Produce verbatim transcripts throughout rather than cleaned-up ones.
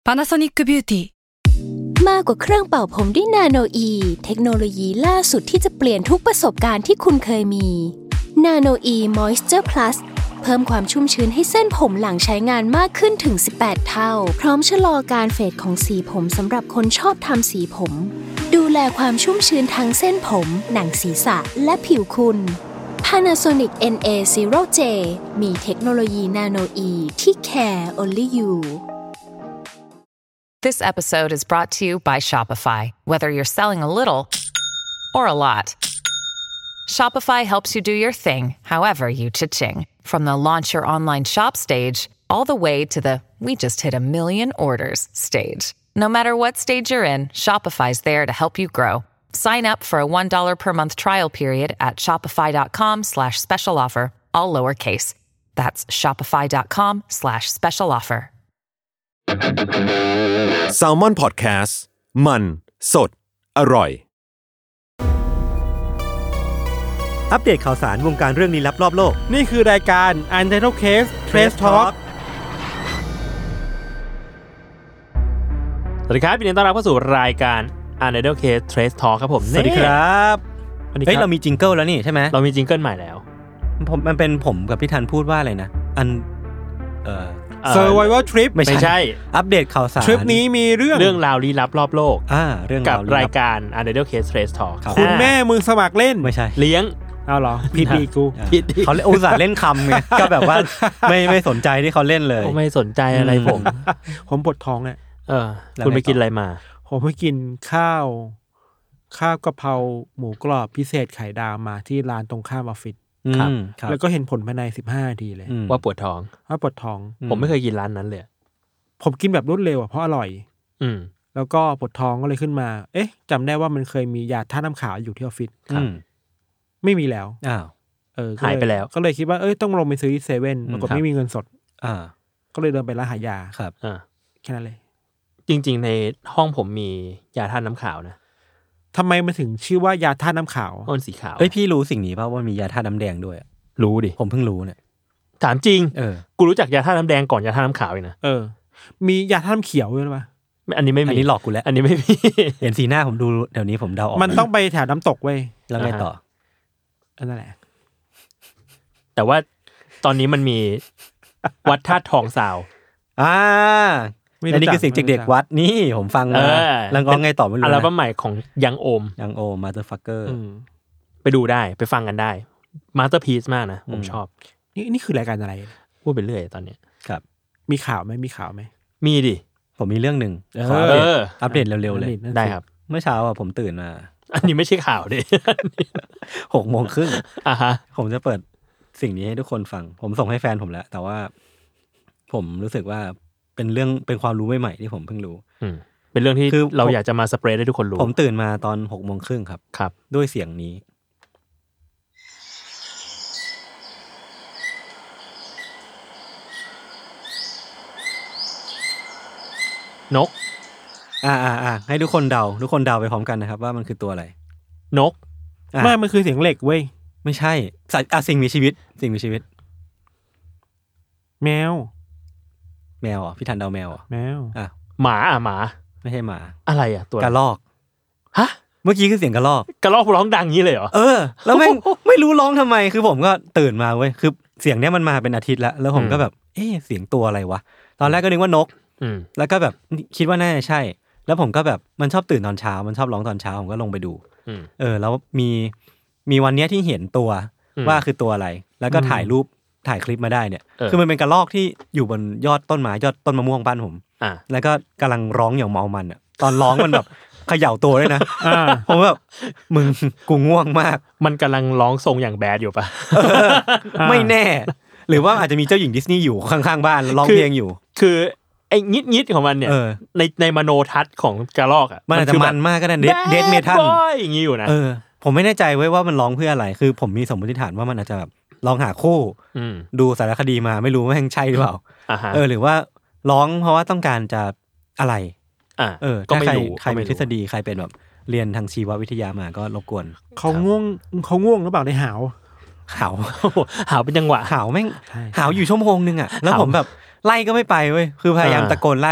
Panasonic Beauty มากกว่าเครื่องเป่าผมด้วยนาโนอีเทคโนโลยีล่าสุดที่จะเปลี่ยนทุกประสบการณ์ที่คุณเคยมีนาโนอีมอยส์เจอร์พลัสเพิ่มความชุ่มชื้นให้เส้นผมหลังใช้งานมากขึ้นถึงสิบแปดเท่าพร้อมชะลอการเฟดของสีผมสำหรับคนชอบทำสีผมดูแลความชุ่มชื้นทั้งเส้นผมหนังศีรษะและผิวคุณ Panasonic เอ็น เอ ศูนย์ เจ มีเทคโนโลยีนาโนอีที่ care only you This episode is brought to you by Shopify. Whether you're selling a little or a lot, Shopify helps you do your thing, however you cha-ching. From the launch your online shop stage, all the way to the we just hit a million orders stage. No matter what stage you're in, Shopify's there to help you grow. Sign up for a one dollar per month trial period at shopify.com slash special offer, all lowercase. That's shopify.com slash special offer. Salmon Podcast มันสดอร่อยอัปเดตข่าวสารวงการเรื่องลี้ลับรอบโลกนี่คือรายการ Untitled Case Trace Talk สวัสดีครับยินดีต้อนรับเข้าสู่รายการ Untitled Case Trace Talk ครับผมสวัสดีครับเฮ้ยเรามีจิงเกิลแล้วนี่ใช่ไหมเรามีจิงเกิลใหม่แล้วผมมันเป็นผมกับพี่ธันพูดว่าอะไรนะอันเอ่อ Survival Trip ไม่ใช่อัปเดตข่าวสารทริปนี้มีเรื่องเรื่องราวลี้ลับรอบโลกอ่าเรื่องกับรายการ Untitled Case Trace Talk คุณแม่มึงสมัครเล่นไม่ใช่เลี้ยงเอาเหรอผิดดีกูผิดเขาอุตส่าห์เล่นคำไงก็แบบว่าไม่ไม่สนใจที่เขาเล่นเลยไม่สนใจอะไรผมผมปวดท้องอ่ะเออคุณไปกินอะไรมาผมไปกินข้าวข้าวกะเพราหมูกรอบพิเศษไข่ดาวมาที่ร้านตรงข้ามออฟฟิศครับแล้วก็เห็นผลภายในสิบห้านาทีเลยว่าปวดท้องว่าปวดท้องผมไม่เคยกินร้านนั้นเลยผมกินแบบรวดเร็วอ่ะเพราะอร่อยอืมแล้วก็ปวดท้องก็เลยขึ้นมาเอ๊ะจำได้ว่ามันเคยมียาธาตุน้ำขาวอยู่ที่ออฟฟิศไม่มีแล้วอ้าวเออหายไปแล้วก็เลยคิดว่าเอ้ยต้องลงไปซื้อที่เซเว่นปรากฏไม่มีเงินสดอ่าก็เลยเดินไปร้านขายยาครับอ่าแค่นั้นเลยจริงๆในห้องผมมียาธาตุน้ำขาวนะทำไมมันถึงชื่อว่ายาธาตุน้ำขาวมันสีขาวเอ้ยพี่รู้สิ่งนี้ป่ะว่ามียาธาตุน้ำแดงด้วยรู้ดิผมเพิ่งรู้เนี่ยถามจริงเออกูรู้จักยาธาตุน้ำแดงก่อนยาธาตุน้ำขาวอีกนะเออมียาธาตุน้ำเขียวด้วยป่ะอันนี้ไม่มีอันนี้หลอกกูแล้วอันนี้ไม่มีเห็นสีหน้าผมดูเดี๋ยวนี้ผมเดาออกมันต้องไปแถวน้ำตกเว้ยแล้วไงต่ออันนั่นแหละแต่ว่าตอนนี้มันมีวัดธาตุทองซาวอ่าอันนี้คือเสียงจากเด็กวัดนี่ผมฟังมาแล้วก็ไงต่อไม่รู้อัลบั้มใหม่ของยังโอมยังโอมมาสเตอร์ฟักเกอร์ไปดูได้ไปฟังกันได้มาสเตอร์พีซมากนะผมชอบนี่นี่คือรายการอะไรพูดไปเรื่อยตอนนี้ครับมีข่าวไหมมีข่าวไหมมีดิผมมีเรื่องหนึ่งขออัปเดตเร็วๆเลยได้ครับเมื่อเช้าอ่ะผมตื่นมาอันนี้ไม่ใช่ข่าวดิหกโมงครึ่งอ่าฮะผมจะเปิดสิ่งนี้ให้ทุกคนฟังผมส่งให้แฟนผมแล้วแต่ว่าผมรู้สึกว่าเป็นเรื่องเป็นความรู้ใหม่ๆที่ผมเพิ่งรู้เป็นเรื่องที่เราอยากจะมาสเปรดให้ทุกคนรู้ผมตื่นมาตอนหกโมงครึ่งครับครับด้วยเสียงนี้นกอ่าอ่าอ่าให้ทุกคนเดาทุกคนเดาไปพร้อมกันนะครับว่ามันคือตัวอะไรนกไม่มันคือเสียงเหล็กเว้ยไม่ใช่สัตว์อ่ะสิ่งมีชีวิตสิ่งมีชีวิตแมวแมวอ่ะพี่ทันเดาแมวอ่ะแมวอ่ะหมาอ่ะหมาไม่ใช่หมาอะไรอ่ะตัวกระรอกฮะเมื่อกี้คือเสียงกระรอกกระรอกร้องดังงี้เลยเหรอเออแล้วแม่งไม่รู้ร้องทำไมคือผมก็ตื่นมาเว้ยคือเสียงเนี้ยมันมาเป็นอาทิตย์แล้วแล้วผมก็แบบเอ๊ะเสียงตัวอะไรวะตอนแรกก็นึกว่านกแล้วก็แบบคิดว่าน่าจะใช่แล้วผมก็แบบมันชอบตื่นตอนเช้ามันชอบร้องตอนเช้าผมก็ลงไปดูเออแล้วมีมีวันนี้ที่เห็นตัวว่าคือตัวอะไรแล้วก็ถ่ายรูปถ่ายคลิปมาได้เนี่ยคือมันเป็นกระรอกที่อยู่บนยอดต้นไม้ยอดต้นมะม่วงบ้านผมแล้วก็กำลังร้องอย่างเมามันอ่ะตอนร้องมันแบบเขย่าตัวด้วยนะผมแบบมึงกูง่วงมากมันกำลังร้องทรงอย่างแบดอยู่ปะไม่แน่หรือว่าอาจจะมีเจ้าหญิงดิสนีย์อยู่ข้างๆบ้านร้องเพลงอยู่คือไอ้งิดๆของมันเนี่ยในในมโนทัศน์ของกระรอกอ่ะมันอาจจะมันมากก็ได้เดดเดดเมทัลอย่างงี้อยู่นะเออผมไม่แน่ใจไว้ว่ามันร้องเพื่ออะไรคือผมมีสมมติฐานว่ามันอาจจะแบบลองหาคู่ดูสารคดีมาไม่รู้ว่าแม่งใช่หรือเปล่าเออหรือว่าร้องเพราะว่าต้องการจะอะไรเออก็ไม่รู้ใครมีทฤษฎีใครเป็นแบบเรียนทางชีววิทยามาก็รบกวนเขาง่วงเขาง่วงหรือเปล่าในหาวหาวหาวเป็นจังหวะหาวแม่งหาวอยู่ชั่วโมงนึงอ่ะแล้วผมแบบไล่ก็ไม่ไปเว้ยคือพยายามตะโกนไล่อ่ะ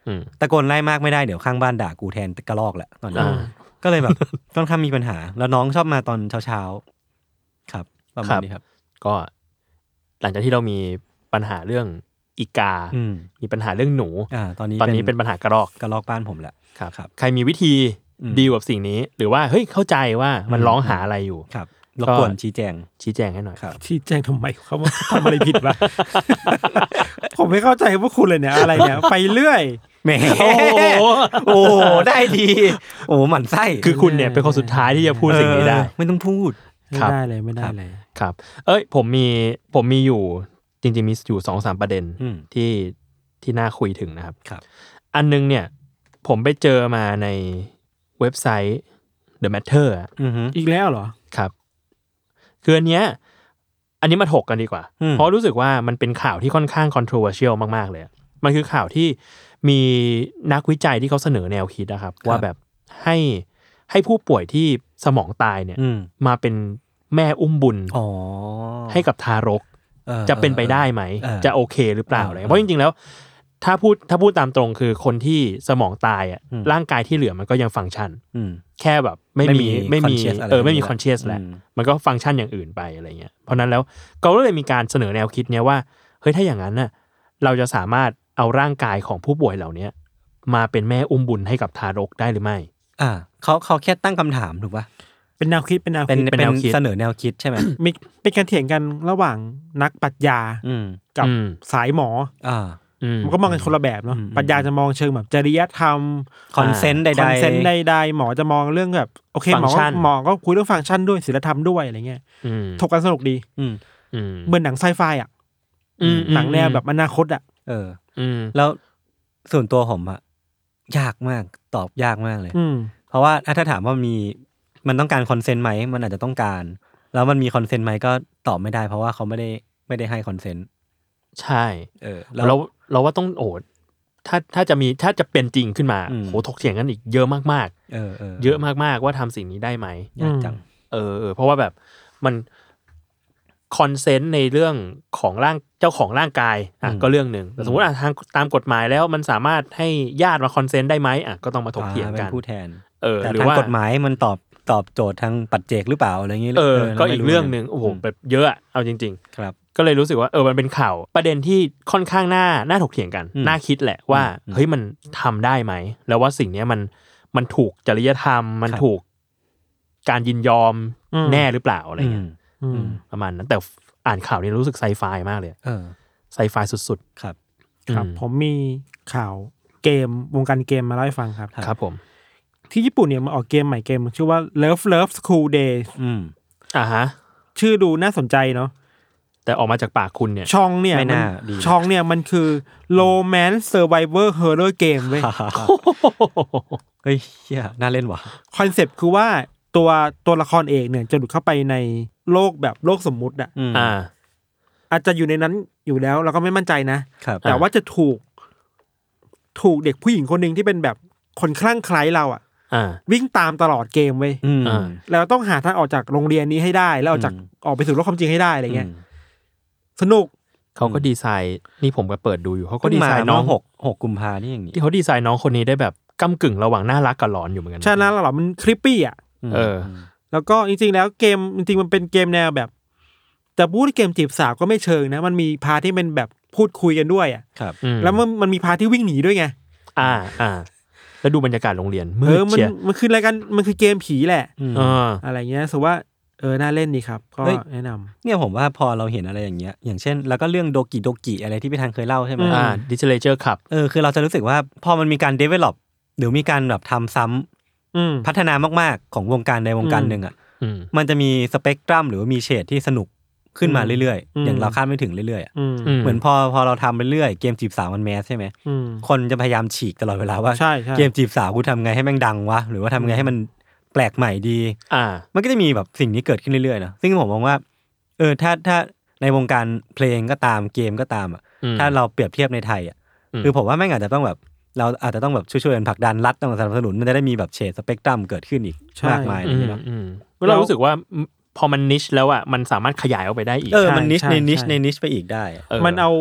ตะโกนไล่มากไม่ได้เดี๋ยวข้างบ้านด่ากูแทนกระรอกแหละตอนนี้ก็เลยแบบค่อนข้างมีปัญหาแล้วน้องชอบมาตอนเช้าๆครับประมาณนี้ครับก็หลังจากที่เรามีปัญหาเรื่องอีกามีปัญหาเรื่องหนูอ่าตอนนี้ตอนนี้เป็นปัญหากระรอกกระรอกบ้านผมแหละครับครับใครมีวิธีดีลกับสิ่งนี้หรือว่าเฮ้ยเข้าใจว่ามันร้องหาอะไรอยู่ครับรบกวนชี้แจงชี้แจงให้หน่อยครับชี้แจงทำไมเขาทำอะไรผิดวะ ผมไม่เข้าใจพวกคุณเลยเนี่ยอะไรเนี่ยไปเรื่อยแหมโอ้โอ้ได้ดีโอ้หมั่นไส้คือคุณเนี่ยเป็นคนสุดท้ายที่จะพูดสิ่งนี้ได้ไม่ต้องพูดไม่ได้เลยไม่ได้เลยครับเอ้ยผมมีผมมีอยู่จริงๆมีอยู่ สองสาม ประเด็นที่ที่น่าคุยถึงนะครับครับอันนึงเนี่ยผมไปเจอมาในเว็บไซต์ The Matter อ่ะอีกแล้วเหรอครับคืออันเนี้ยอันนี้มาถกกันดีกว่าเพราะรู้สึกว่ามันเป็นข่าวที่ค่อนข้าง controversial มากๆเลยมันคือข่าวที่มีนักวิจัยที่เขาเสนอแนวคิดนะครับว่าแบบให้ให้ผู้ป่วยที่สมองตายเนี่ยมาเป็นแม่อุ้มบุญให้กับทารกจะเป็นไปได้ไหมจะโอเคหรือเปล่าอะไรเพราะจริงๆแล้วถ้าพูดถ้าพูดตามตรงคือคนที่สมองตายอ่ะร่างกายที่เหลือมันก็ยังฟังก์ชันแค่แบบไม่มีไม่มีเออไม่มีคอนเชียสแหละมันก็ฟังก์ชันอย่างอื่นไปอะไรเงี้ยเพราะนั้นแล้วก็เลยมีการเสนอแนวคิดเนี้ยว่าเฮ้ยถ้าอย่างนั้นน่ะเราจะสามารถเอาร่างกายของผู้ป่วยเหล่านี้มาเป็นแม่อุ้มบุญให้กับทารกได้หรือไม่อ่าเขาเขาแค่ตั้งคำถามถูกป่ะเป็นแนวคิดเป็นแนวคิดเป็นแนวคิดเสนอแนวคิดใช่ไหมมีเป็นการเถียงกันระหว่างนักปรัชญากับสายหมออ่ามันก็มองกันคนละแบบเนาะปรัชญาจะมองเชิงแบบจริยธรรมคอนเซนต์ใดๆคอนเซนต์ใดๆหมอจะมองเรื่องแบบโอเคหมอหมอก็คุยเรื่องฟังก์ชันด้วยศีลธรรมด้วยอะไรเงี้ยถกกันสนุกดีเหมือนหนังไซไฟอ่ะหนังแนวแบบอนาคตอ่ะเออแล้วส่วนตัวผมอะยากมากตอบยากมากเลยเพราะว่าถ้าถามว่ามีมันต้องการคอนเซนต์ไหมมันอาจจะต้องการแล้วมันมีคอนเซนต์ไหมก็ตอบไม่ได้เพราะว่าเขาไม่ได้ไม่ได้ให้คอนเซนต์ใช่เออแล้วเราว่าต้องโอ้ถ้าถ้าจะมีถ้าจะเป็นจริงขึ้นมาโหถกเถียงกันอีกเยอะมากๆเออเออเยอะมากๆว่าทำสิ่งนี้ได้ไหมยากจังเออเออเพราะว่าแบบมันคอนเซนต์ในเรื่องของร่างเจ้าของร่างกายอ่ะก็เรื่องนึงแต่สมมุติอ่ะทางตามกฎหมายแล้วมันสามารถให้ญาติมาคอนเซนต์ได้ไหมอ่ะก็ต้องมาถกเถียงกันเป็นผู้แทนเออหรือว่ากฎหมายมันตอบตอบโจทย์ทางปัจเจกหรือเปล่าอะไรอย่างงี้เออก็อีกเรื่องนึงโอ้โหแบบเยอะเอาจริงๆครับก็เลยรู้สึกว่าเออมันเป็นข่าวประเด็นที่ค่อนข้างน่าน่าถกเถียงกันน่าคิดแหละว่าเฮ้ยมันทำได้ไหมแล้วว่าสิ่งนี้มันมันถูกจริยธรรมมันถูกการยินยอมแน่หรือเปล่าอะไรเงี้ยประมาณนั้นแต่อ่านข่าวนี้รู้สึกไซไฟมากเลยเออไซไฟสุดๆครับครับผมมีข่าวเกมวงการเกมมาเล่าให้ฟังครับครับผมที่ญี่ปุ่นเนี่ยมาออกเกมใหม่เกมชื่อว่า Love Love School Days อืมอ่าฮะชื่อดูน่าสนใจเนาะแต่ออกมาจากปากคุณเนี่ยช่องเนี่ยมันช่องเนี่ยมันคือ Romance Survivor Horror Game เว้ยเฮ้ยเหี้ยน่าเล่นว่ะคอนเซ็ปต์คือว่าตัวตัวละครเอกเนี่ยจะหลุดเข้าไปในโลกแบบโลกสมมุติอ่ะอ่าอาจจะอยู่ในนั้นอยู่แล้วเราก็ไม่มั่นใจนะแต่ว่าจะถูกถูกเด็กผู้หญิงคนนึงที่เป็นแบบคนคลั่งไคล้เราอ่ะวิ่งตามตลอดเกมเว้ยแล้วต้องหาทางออกจากโรงเรียนนี้ให้ได้แล้วออกจากออกไปสู่โลกความจริงให้ได้อะไรเงี้ยสนุกเขาก็ดีไซน์นี่ผมก็เปิดดูอยู่เขาก็ดีไซน์น้องหก หกกุมภานี่อย่างนี้ที่เขาดีไซน์น้องคนนี้ได้แบบก้ำกึ่งระหว่างน่ารักกับหลอนอยู่เหมือนกันใช่น่ารักมันคลิปปี้อ่ะเออแล้วก็จริงๆแล้วเกมจริงๆมันเป็นเกมแนวแบบแต่พูดเกมจีบสาวก็ไม่เชิงนะมันมีพาร์ทที่เป็นแบบพูดคุยกันด้วยอ่ะครับแล้วมันมันมีพาร์ทที่วิ่งหนีด้วยไงอ่าอ่าแล้วดูบรรยากาศโรงเรียนมืดเชียมันคืออะไรกันมันคือเกมผีแหละอะไรเงี้ยสมมติว่าเออน่าเล่นดีครับก็แนะนำเนี่ยผมว่าพอเราเห็นอะไรอย่างเงี้ยอย่างเช่นแล้วก็เรื่องโดกิโดกิอะไรที่พี่ทางเคยเล่าใช่ไหมอ่าดิจิเลเจอร์ครับเออคือเราจะรู้สึกว่าพอมันมีการ develop หรือมีการแบบทำซ้ำพัฒนามากๆของวงการในวงการหนึ่งอ่ะมันจะมีสเปกตรัมหรือว่ามีเฉดที่สนุกขึ้นมาเรื่อยๆอย่างเราคาดไม่ถึงเรื่อยๆเหมือนพอพอเราทำไปเรื่อยเกมจีบสาวมันแมสใช่ไหมคนจะพยายามฉีกตลอดเวลาว่าเกมจีบสาวกูทำไงให้แม่งดังวะหรือว่าทำไงให้มันแปลกใหม่ดีอ่ามันก็จะมีแบบสิ่งนี้เกิดขึ้นเรื่อยๆนะซึ่งผมมองว่าเออถ้าถ้าในวงการเพลงก็ตามเกมก็ตามอ่ะถ้าเราเปรียบเทียบในไทยอ่ะคือผมว่าแม่งอาจจะต้องแบบเราอาจจะต้องแบบช่วยๆกันผลักดันรัฐต้องสนับสนุนมันจะได้มีแบบเฉดสเปกตรัมเกิดขึ้นอีกมากมายอะไรอย่างเงี้ยเรารู้สึกว่าพอมันนิชแล้วอ่ะมันสามารถขยายออกไปได้อีกเออมันนิชในนิชในนิชไปอีกได้มันเอา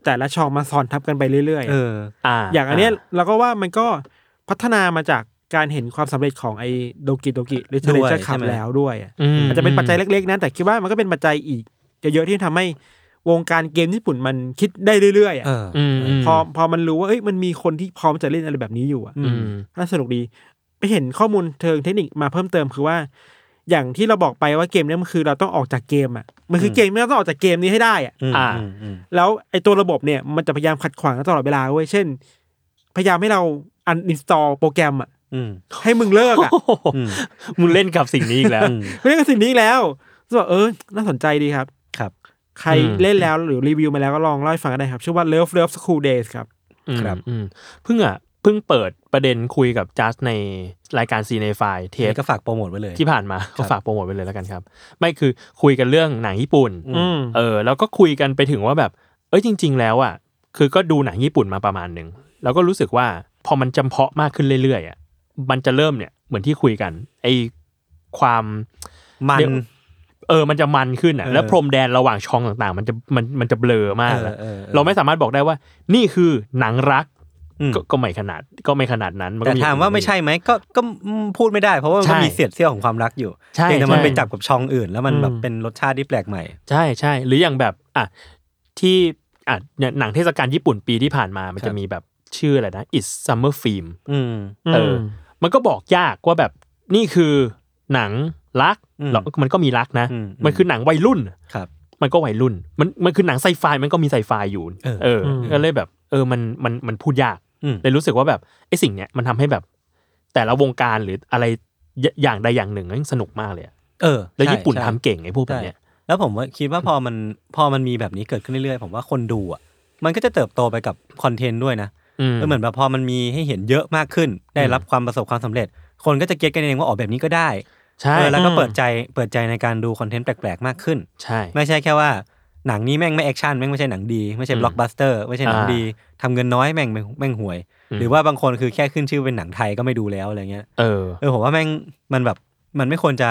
แต่ละช่องมาซ้อนทับกันไปเรื่อยๆเอออ่าอย่างอันเนี้ยเราก็ว่ามันก็พัฒนามาจากการเห็นความสำเร็จของไอ้โดกิโดกิลิเทเรเจอร์คัพแล้วด้วยอาจจะเป็นปัจจัยเล็กๆนะแต่คิดว่ามันก็เป็นปัจจัยอีกเยอะๆที่ทำให้วงการเกมญี่ปุ่นมันคิดได้เรื่อยๆอ่ะพอพอมันรู้ว่าเอ้ยมันมีคนที่พร้อมจะเล่นอะไรแบบนี้อยู่อ่ะน่าสนุกดีไปเห็นข้อมูลเชิงเทคนิคมาเพิ่มเติมคือว่าอย่างที่เราบอกไปว่าเกมนี้มันคือเราต้องออกจากเกมอ่ะมันคือเกมที่เราต้องออกจากเกมนี้ให้ได้อ่ะอ่าแล้วไอ้ตัวระบบเนี่ยมันจะพยายามขัดขวางตลอดเวลาเว้ยเช่นพยายามให้เราอันอินสตอลโปรแกรมอ่ะให้มึงเลิกอ่ะมึงเล่นกับสิ่งนี้อีกแล้วเล่นกับสิ่งนี้อีกแล้วก็เออน่าสนใจดีครับครับใครเล่นแล้วหรือรีวิวมาแล้วก็ลองเล่าให้ฟังกันได้ครับชื่อว่า Love Love School Days ครับครับเพิ่งอ่ะเพิ่งเปิดประเด็นคุยกับจัสในรายการ Cinefy เทปก็ฝากโปรโมทไว้เลยที่ผ่านมาก็ฝากโปรโมทไว้เลยแล้วกันครับไม่คือคุยกันเรื่องหนังญี่ปุ่นเออแล้วก็คุยกันไปถึงว่าแบบเอ้ยจริงๆแล้วอ่ะคือก็ดูหนังญี่ปุ่นมาประมาณนึงแล้วก็รู้สึกว่าพอมันจำเพาะมากขึ้นเรื่อยๆอ่ะมันจะเริ่มเนี่ยเหมือนที่คุยกันไอ้ความมันเออมันจะมันขึ้นอ่ะแล้วพรมแดนระหว่างช่องต่างๆมันจะมันมันจะเบลอมากแล้วเราไม่สามารถบอกได้ว่านี่คือหนังรักก็ไม่ขนาดก็ไม่ขนาดนั้นแต่ถามว่าไม่ใช่ไหมก็ก็พูดไม่ได้เพราะว่ามันมีเศษเสี้ยวของความรักอยู่แต่มันไปจับกับช่องอื่นแล้วมันแบบเป็นรสชาติที่แปลกใหม่ใช่ใช่หรืออย่างแบบอ่ะที่อ่ะหนังเทศกาลญี่ปุ่นปีที่ผ่านมามันจะมีแบบชื่ออะไรนะ It's Summer Film เออมันก็บอกยากว่าแบบนี่คือหนังรักแล้วมันก็มีรักนะมันคือหนังวัยรุ่นมันก็วัยรุ่นมันมันคือหนังไซไฟมันก็มีไซไฟอยู่เออก็เลยแบบเออมันมันมันพูดยากเลยรู้สึกว่าแบบไอ้สิ่งเนี้ยมันทำให้แบบแต่ละวงการหรืออะไรอย่างใดอย่างหนึ่งสนุกมากเลยเออแล้วญี่ปุ่นทำเก่งไอ้พวกแบบเนี้ยแล้วผมว่าคิดว่าพอมันพอมันมีแบบนี้เกิดขึ้นเรื่อยๆผมว่าคนดูอ่ะมันก็จะเติบโตไปกับคอนเทนต์ด้วยนะเหมือนแบบพอมันมีให้เห็นเยอะมากขึ้นได้รับความประสบความสำเร็จคนก็จะเก็ตกันเองว่าออกแบบนี้ก็ได้ใช่แล้วก็เปิดใจเปิดใจในการดูคอนเทนต์แปลกๆมากขึ้นใช่ไม่ใช่แค่ว่าหนังนี้แม่งไม่แอคชั่นแม่งไม่ใช่หนังดีไม่ใช่บล็อกบัสเตอร์ไม่ใช่หนังดีทำเงินน้อยแม่งแม่งห่วยหรือว่าบางคนคือแค่ขึ้นชื่อเป็นหนังไทยก็ไม่ดูแล้วอะไรเงี้ยเออเออผมว่าแม่งมันแบบมันไม่ควรจะ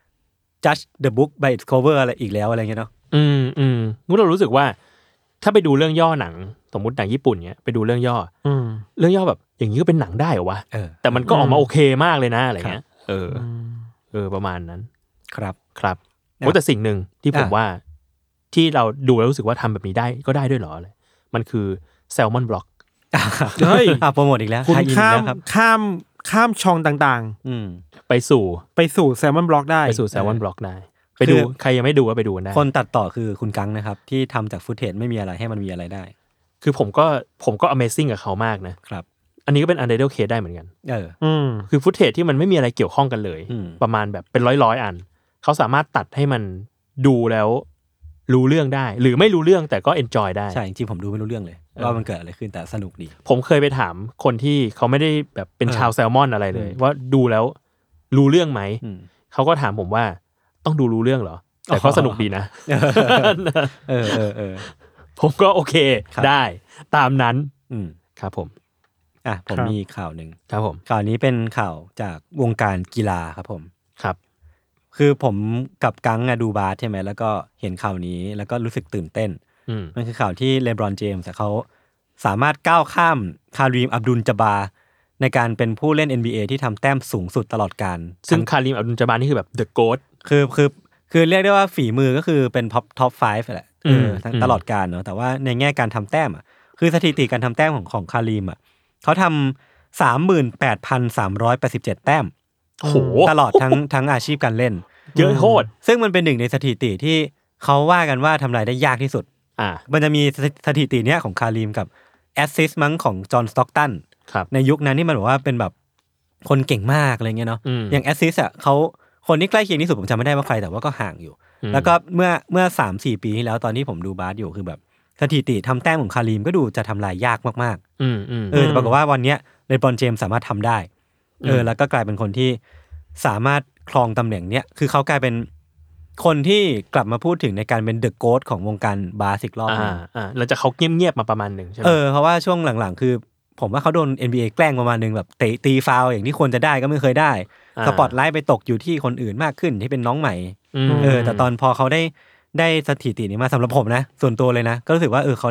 judge the book by its cover อะไรอีกแล้วอะไรเงี้ยเนาะอืมอืมงั้นเรารู้สึกว่าถ้าไปดูเรื่องย่อหนังสมมุติหนังญี่ปุ่นเนี้ยไปดูเรื่องย่อเรื่องย่อแบบอย่างนี้ก็เป็นหนังได้เหรอวะแต่มันก็ออกมาโอเคมากเลยนะอะไรเงี้ยเออเออประมาณนั้นครับครับโอ้แต่สิ่งหนึ่งที่ผมว่าที่เราดูแล้วรู้สึกว่าทำแบบนี้ได้ก็ได้ด้วยหรอเลยมันคือแซลมอนบล็อกเฮ้ยโปรโมทอีกแล้วคุณข้ามข้ามข้ามช่องต่างๆไปสู่ไปสู่แซลมอนบล็อกได้ไปสู่แซลมอนบล็อกได้ไปดูใครยังไม่ดูก็ไปดูกันได้คนตัดต่อคือคุณกังนะครับที่ทำจากฟุตเทจไม่มีอะไรให้มันมีอะไรได้คือผมก็ผมก็ Amazing กับเขามากนะครับอันนี้ก็เป็น Untitled Case ได้เหมือนกันเออคือฟุตเทจที่มันไม่มีอะไรเกี่ยวข้องกันเลยประมาณแบบเป็นร้อยๆอันเขาสามารถตัดให้มันดูแล้วรู้เรื่องได้หรือไม่รู้เรื่องแต่ก็เอนจอยได้ใช่จริงๆผมดูไม่รู้เรื่องเลยว่ามันเกิดอะไรขึ้นแต่สนุกดีผมเคยไปถามคนที่เขาไม่ได้แบบเป็นชาวแซลมอนอะไรเลยว่าดูแล้วรู้เรื่องไหมเขาก็ถามผมว่าต้องดูรู้เรื่องเหรอแต่ก็สนุกดีนะเออเออเออผมก็โอเคได้ตามนั้นครับผมอ่ะผมมีข่าวหนึ่งครับผมข่าวนี้เป็นข่าวจากวงการกีฬาครับผมครับคือผมกับกังดูบาสใช่ไหมแล้วก็เห็นข่าวนี้แล้วก็รู้สึกตื่นเต้นมันคือข่าวที่เลบรอนเจมส์เขาสามารถก้าวข้ามคารีมอับดุลจาบาร์ในการเป็นผู้เล่น เอ็น บี เอ ที่ทำแต้มสูงสุดตลอดกาลซึ่งคารีมอับดุลจาบาร์นี่คือแบบ The GOAT คือคือคือเรียกได้ว่าฝีมือก็คือเป็นท็อปท็อปห้าแหละเออทั้งตลอดกาลเนาะแต่ว่าในแง่การทำแต้มอ่ะคือสถิติการทำแต้มของของคารีมอ่ะเขาทำ สามหมื่นแปดพันสามร้อยแปดสิบเจ็ด แต้มโหตลอดทั้งทั้งอาชีพการเล่นเยอะโคตรซึ่งมันเป็นหนึ่งในสถิติที่เขาว่ากันว่าทำลายได้ยากที่สุดอ่ามันจะมีสถิติเนี้ยของคารีมกับแอสซิสต์มั้งของจอห์นสต็อกตันในยุคนั้นที่มันบอกว่าเป็นแบบคนเก่งมากอะไรเงี้ยเนาะอย่างแอสซิสต์อ่ะเขาคนที่ใกล้เคียงที่สุดผมจำไม่ได้ว่าใครแต่ว่าก็ห่างอยู่แล้วก็เมื่อเมื่อ สามสี่ ปีที่แล้วตอนที่ผมดูบาสอยู่คือแบบสถิติทำแต้มของคารีมก็ดูจะทำลายยากมากๆเออแต่ปรากฏว่าวันเนี้ยเลบรอนเจมส์สามารถทำได้เออแล้วก็กลายเป็นคนที่สามารถครองตำแหน่งเนี้ยคือเขากลายเป็นคนที่กลับมาพูดถึงในการเป็นเดอะโกสของวงการบาสอีกรอบนึงอ่าๆแล้วจะเขาเงียบๆมาประมาณนึงใช่มั้ยเออเพราะว่าช่วงหลังๆคือผมว่าเขาโดน เอ็น บี เอ แกล้งประมาณนึงแบบเตะตีฟาวล์อย่างที่ควรจะได้ก็ไม่เคยได้สปอตไลท์ไปตกอยู่ที่คนอื่นมากขึ้นที่เป็นน้องใหม่เออแต่ตอนพอเขาได้ได้สถิตินี้มาสำหรับผมนะส่วนตัวเลยนะก็รู้สึกว่าเออเขาได้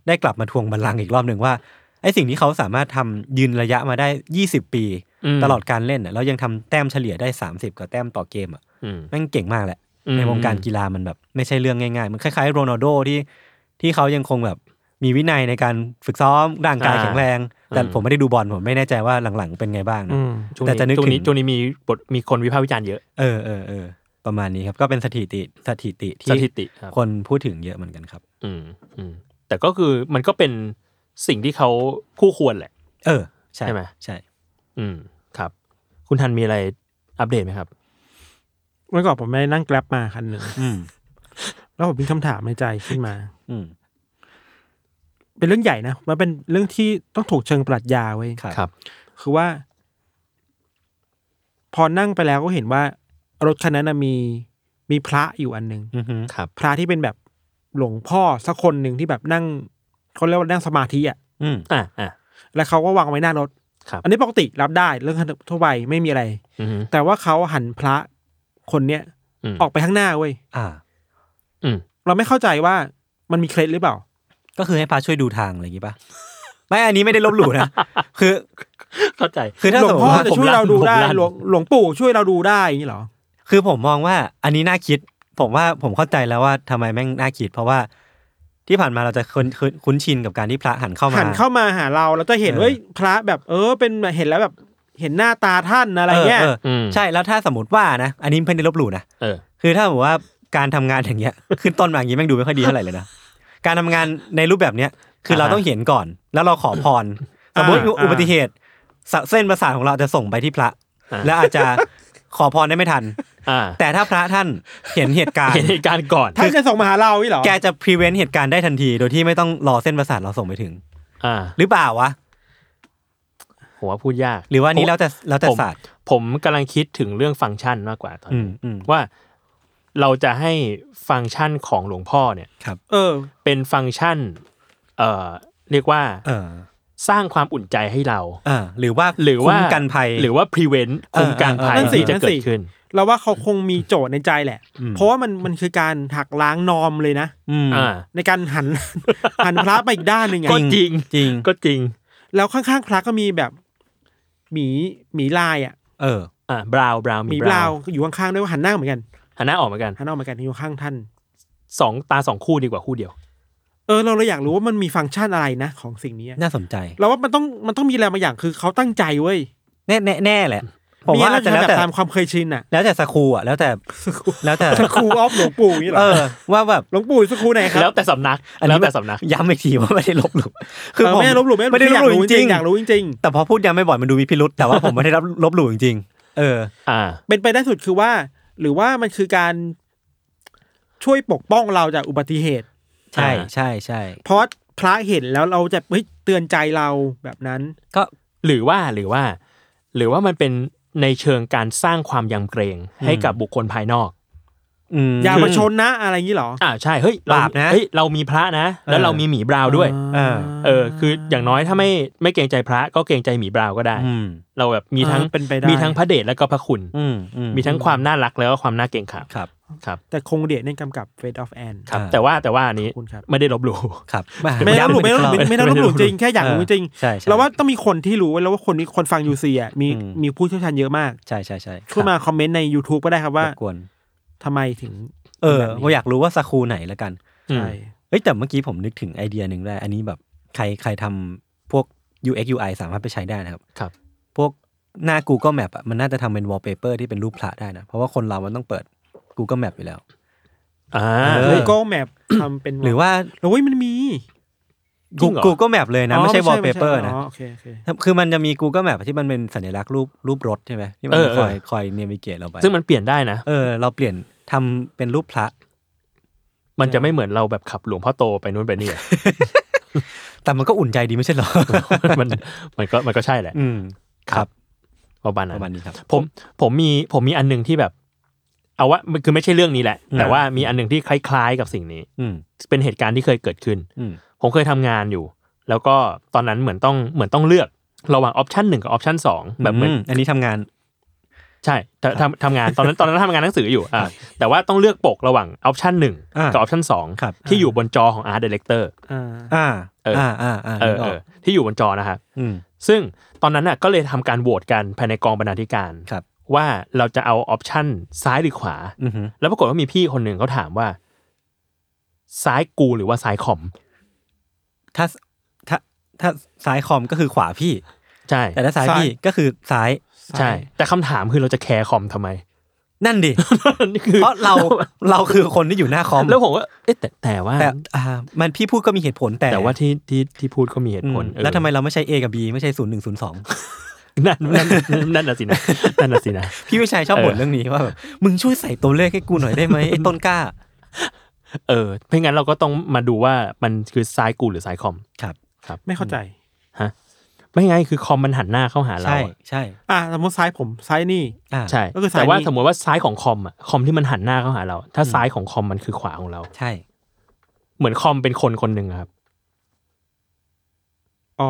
ได้กลับมาทวงบัลลังก์อีกรอบนึงว่าไอ้สิ่งที่เขาสามารถทำยืนระยะมาได้ยี่สิบปีตลอดการเล่นน่ะแล้วยังทำแต้มเฉลี่ยได้สามสิบกว่าแต้มต่อเกมอ่ะแม่งเก่งมากแหละในวงการกีฬามันแบบไม่ใช่เรื่องง่ายๆมันคล้ายๆโรนัลโดที่ที่เขายังคงแบบมีวินัยในการฝึกซ้อมร่างกายแข็งแรงแต่ผมไม่ได้ดูบอลผมไม่แน่ใจว่าหลังๆเป็นไงบ้างนะแต่จะนึกถึงช่วงนี้มีบทมีคนวิพากษ์วิจารณ์เยอะเออเออเออประมาณนี้ครับก็เป็นสถิติสถิติที่สถิติคนพูดถึงเยอะเหมือนกันครับอืมอืมแต่ก็คือมันก็เป็นสิ่งที่เขาคู่ควรแหละเออใช่ใช่ไหมใช่อืมครับคุณทันมีอะไรอัปเดตไหมครับเมื่อก่อนผมไม่นั่งแกร็บมาคันหนึ่งแล้วผมมีคำถามในใจขึ้นมาอืมเป็นเรื่องใหญ่นะมันเป็นเรื่องที่ต้องถูกเชิงปรัชญาไว้ครับคือว่าพอนั่งไปแล้วก็เห็นว่ารถคันนั้นมีมีพระอยู่อันนึงครับพระที่เป็นแบบหลวงพ่อสักคนหนึ่งที่แบบนั่งเขาเรียกว่านั่งสมาธิอ่ะอืมอ่าอ่าแล้วเขาก็วางไว้หน้ารถอันนี้ปกติรับได้เรื่องทั่วไปไม่มีอะไรแต่ว่าเขาหันพระคนเนี้ยออกไปข้างหน้าเว้ยอ่าอืมเราไม่เข้าใจว่ามันมีเคล็ดหรือเปล่าก็คือให้พระช่วยดูทางอะไรอย่างงี้ป่ะไม่อันนี้ไม่ได้ลบหลู่นะคือเข้าใจคือถ้าหลวงพ่อจะช่วยเราดูได้หลวงหลวงปู่ช่วยเราดูได้อย่างนี้เหรอคือผมมองว่าอันนี้น่าคิดผมว่าผมเข้าใจแล้วว่าทำไมแม่งน่าคิดเพราะว่าที่ผ่านมาเราจะคุ้นคุ้นชินกับการที่พระหันเข้ามาหันเข้ามาหาเราเราจะเห็นว่าพระแบบเออเป็นเห็นแล้วแบบเห็นหน้าตาท่านอะไรเงี้ยใช่แล้วถ้าสมมติว่านะอันนี้ไม่ได้ลบหลู่นะคือถ้าบอกว่าการทำงานอย่างเงี้ยขึ้นต้นมาอย่างงี้แม่งดูไม่ค่อยดีเท่าไหร่เลยนะการทำงานในรูปแบบเนี้ยคือเราต้องเห็นก่อนแล้วเราขอพรสมมติอุบัติเหตุเส้นประสาทของเราจะส่งไปที่พระแล้วอาจจะขอพรได้ไม่ทันแต่ถ้าพระท่านเห็นเหตุการณ์เห็นเหตุการณ์ก่อนท่านจะส่งมาหาเราอีหรอแกจะ prevent เหตุการณ์ได้ทันทีโดยที่ไม่ต้องรอเส้นประสาทเราส่งไปถึงหรือเปล่าวะผมว่าพูดยากหรือว่านี้แล้วแต่แล้วแต่ศาสตร์ผมกำลังคิดถึงเรื่องฟังก์ชันมากกว่าตอนนี้ว่าเราจะให้ฟังก์ชันของหลวงพ่อเนี่ยเออเป็นฟังก์ชันเอ่อเรียกว่าสร้างความอุ่นใจให้เราหรือว่าหรือว่าคุมกันภัยหรือว่า prevent คุมกันภัยที่จะเกิดขึ้นเราว่าเขาคงมีโจทย์ในใจแหละเพราะว่ามันมันคือการหักล้างนอมเลยนะในการหันหันพระไปอีกด้านนึงอ่ะก็จริงจริงก็จริงแล้วข้างๆพระก็มีแบบหมีหมีลายอ่ะเอออ่าบราวบราวหมีบราวอยู่ข้างๆด้วยว่าหันหน้าเหมือนกันหันหน้าออกเหมือนกันหันหน้าออกเหมือนกันอยู่ข้างท่านสองตาสองคู่ดีกว่าคู่เดียวเออเราเลยอยากรู้ว่ามันมีฟังก์ชันอะไรนะของสิ่งนี้น่าสนใจเราว่ามันต้องมันต้องมีอะไรบางอย่างคือเขาตั้งใจเว้ยแน่แน่แน่แหละผมว่าจะแล้วแต่ตามความเคยชินอ่ะแล้วแต่สคูอ่ะแล้วแต่แล้วแต่สคูออฟหลวงปู่นี่เหรอเออว่าแบบหลวงปู่สคูไหนครับแล้วแต่สำนักแล้วแต่สำนักย้ำอีกทีว่าไม่ได้ลบหลู่คือผมไม่ได้ลบหลู่ไม่ได้ลบหลู่จริงอยากรู้จริงๆแต่พอพูดย้ำไม่บ่อยมันดูมีพิรุษแต่ว่าผมไม่ได้ลบหลู่จริงๆเอออ่าเป็นไปได้สุดคือว่าหรือว่ามันคือการช่วยปกป้องเราจากอุบัติเหตุใช่ใช่ใช่เพราะพระเห็นแล้วเราจะเฮ้ยเตือนใจเราแบบนั้นก็หรือว่าหรือว่าหรือว่ามันเป็นในเชิงการสร้างความยำเกรงให้กับบุคคลภายนอกอย่ามาชนนะอะไรอย่างนี้หรออ่าใช่เฮ้ยบาปนะเฮ้ยเรามีพระนะแล้วเรามีหมีบราวด้วยเออคืออย่างน้อยถ้าไม่ไม่เกรงใจพระก็เกรงใจหมีบราวก็ได้เราแบบมีทั้งมีทั้งพระเดชและก็พระคุณมีทั้งความน่ารักแล้วก็ความน่าเกรงขามครับครับแต่คงเดชในกำกับ Fate of Anne ครับแต่ว่าแต่ว่าอันนี้ไม่ได้ลบหลู่ครับไม่ได้ลบหลู่ไม่ได้ไม่ได้ลบหลู่จริงแค่อยากรู้จริงเราว่าต้องมีคนที่รู้แล้วว่าคนนี้คนฟัง ยู ซี อ่ะมีมีผู้เชี่ยวชาญเยอะมากใช่ใช่ใช่ช่วยมาคอมเมนต์ใน YouTube ก็ได้ครับว่าทำไมถึงเออผมอยากรู้ว่าสคูไหนละกันใช่เฮ้ยแต่เมื่อกี้ผมนึกถึงไอเดียนึงได้อันนี้แบบใครใครทำพวก ยู เอ็กซ์ ยู ไอ สามารถไปใช้ได้นะครับครับพวกหน้า Google Map อ่ะมันน่าจะทำเป็น wallpaper ที่เป็นรูปพระได้นะเพราะว่าคนเรามันต้องเปิด Google Map อยู่แล้วอ่า Google Map ทำเป็นหรือว่าโอ้ยมันมี Google Map เลยนะไม่ใช่ wallpaper นะโอเคโอเคคือมันจะมี Google Map ที่มันเป็นสัญลักษณ์รูปรูปรถใช่ไหมที่มันคอยคอยเนวิเกตเราไปซึ่งมันเปลี่ยนได้นะเออเราเปลี่ยนทำเป็นรูปพระมันจะไม่เหมือนเราแบบขับหลวงพ่อโตไปนู้นไปนี่แต่มันก็อุ่นใจดีไม่ใช่หรอมันมันก็มันก็ใช่แหละอืมครับประมาณนั้นประมาณนี้ครับผมผมมีผมมีอันนึงที่แบบเอาว่าคือไม่ใช่เรื่องนี้แหละแต่ว่ามีอันนึงที่คล้ายๆกับสิ่งนี้เป็นเหตุการณ์ที่เคยเกิดขึ้นผมเคยทำงานอยู่แล้วก็ตอนนั้นเหมือนต้องเหมือนต้องเลือกระหว่างออปชันหนึ่งกับออปชันสองแบบเหมือนอันนี้ทำงานใช่ทำทำงานตอนนั้นตอนนั้นทำงานหนังสืออยู่อ่าแต่ว่าต้องเลือกปกระหว่างออปชันหนึ่งกับออปชันสองที่อยู่บนจอของ Art Director อ่าอ่าอ่าอ่าอ่าเออที่อยู่บนจอนะครับซึ่งตอนนั้นน่ะก็เลยทำการโหวตกันภายในกองบรรณาธิการว่าเราจะเอาออปชันซ้ายหรือขวาแล้วปรากฏว่ามีพี่คนหนึ่งเขาถามว่าซ้ายกูหรือว่าซ้ายคอมถ้าถ้าถ้าซ้ายคอมก็คือขวาพี่ใช่แต่ถ้าซ้ายพี่ก็คือซ้ายใช่แต่คำถามคือเราจะแคร์คอมทำไมนั่นดิ เพราะเราเราคือคนที่อยู่หน้าคอมแล้วผมว่าเอ๊ะแต่แต่ว่าแต่อ่ามันพี่พูดก็มีเหตุผลแต่แต่ว่าที่ที่ที่พูดก็มีเหตุผลแล้วทำไมเราไม่ใช่ A กับ B ไม่ใช่ศูนย์หนึ่งศูนย์สองนั่นนั่นนั่นน่ะสินะนั่นน่ะสินะพี่วิชัยชอบบ่นเรื่องนี้ว่าแบบมึงช่วยใส่ตัวเลขให้กูหน่อยได้ไหมไอ้ต้นกล้าเออเพราะงั้นเราก็ต้องมาดูว่ามันคือซ้ายกูหรือซ้ายคอมครับครับไม่เข้าใจฮะไม่ไงคือคอมมันหันหน้าเข้าหาเราใช่ใช่อ่ะสมมติซ้ายผมซ้ายนี่อ่าใช่แต่ว่าสมมติว่าซ้ายของคอมอ่ะคอมที่มันหันหน้าเข้าหาเราถ้าซ้ายของคอมมันคือขวาของเราใช่เหมือนคอมเป็นคนคนหนึ่งครับอ๋อ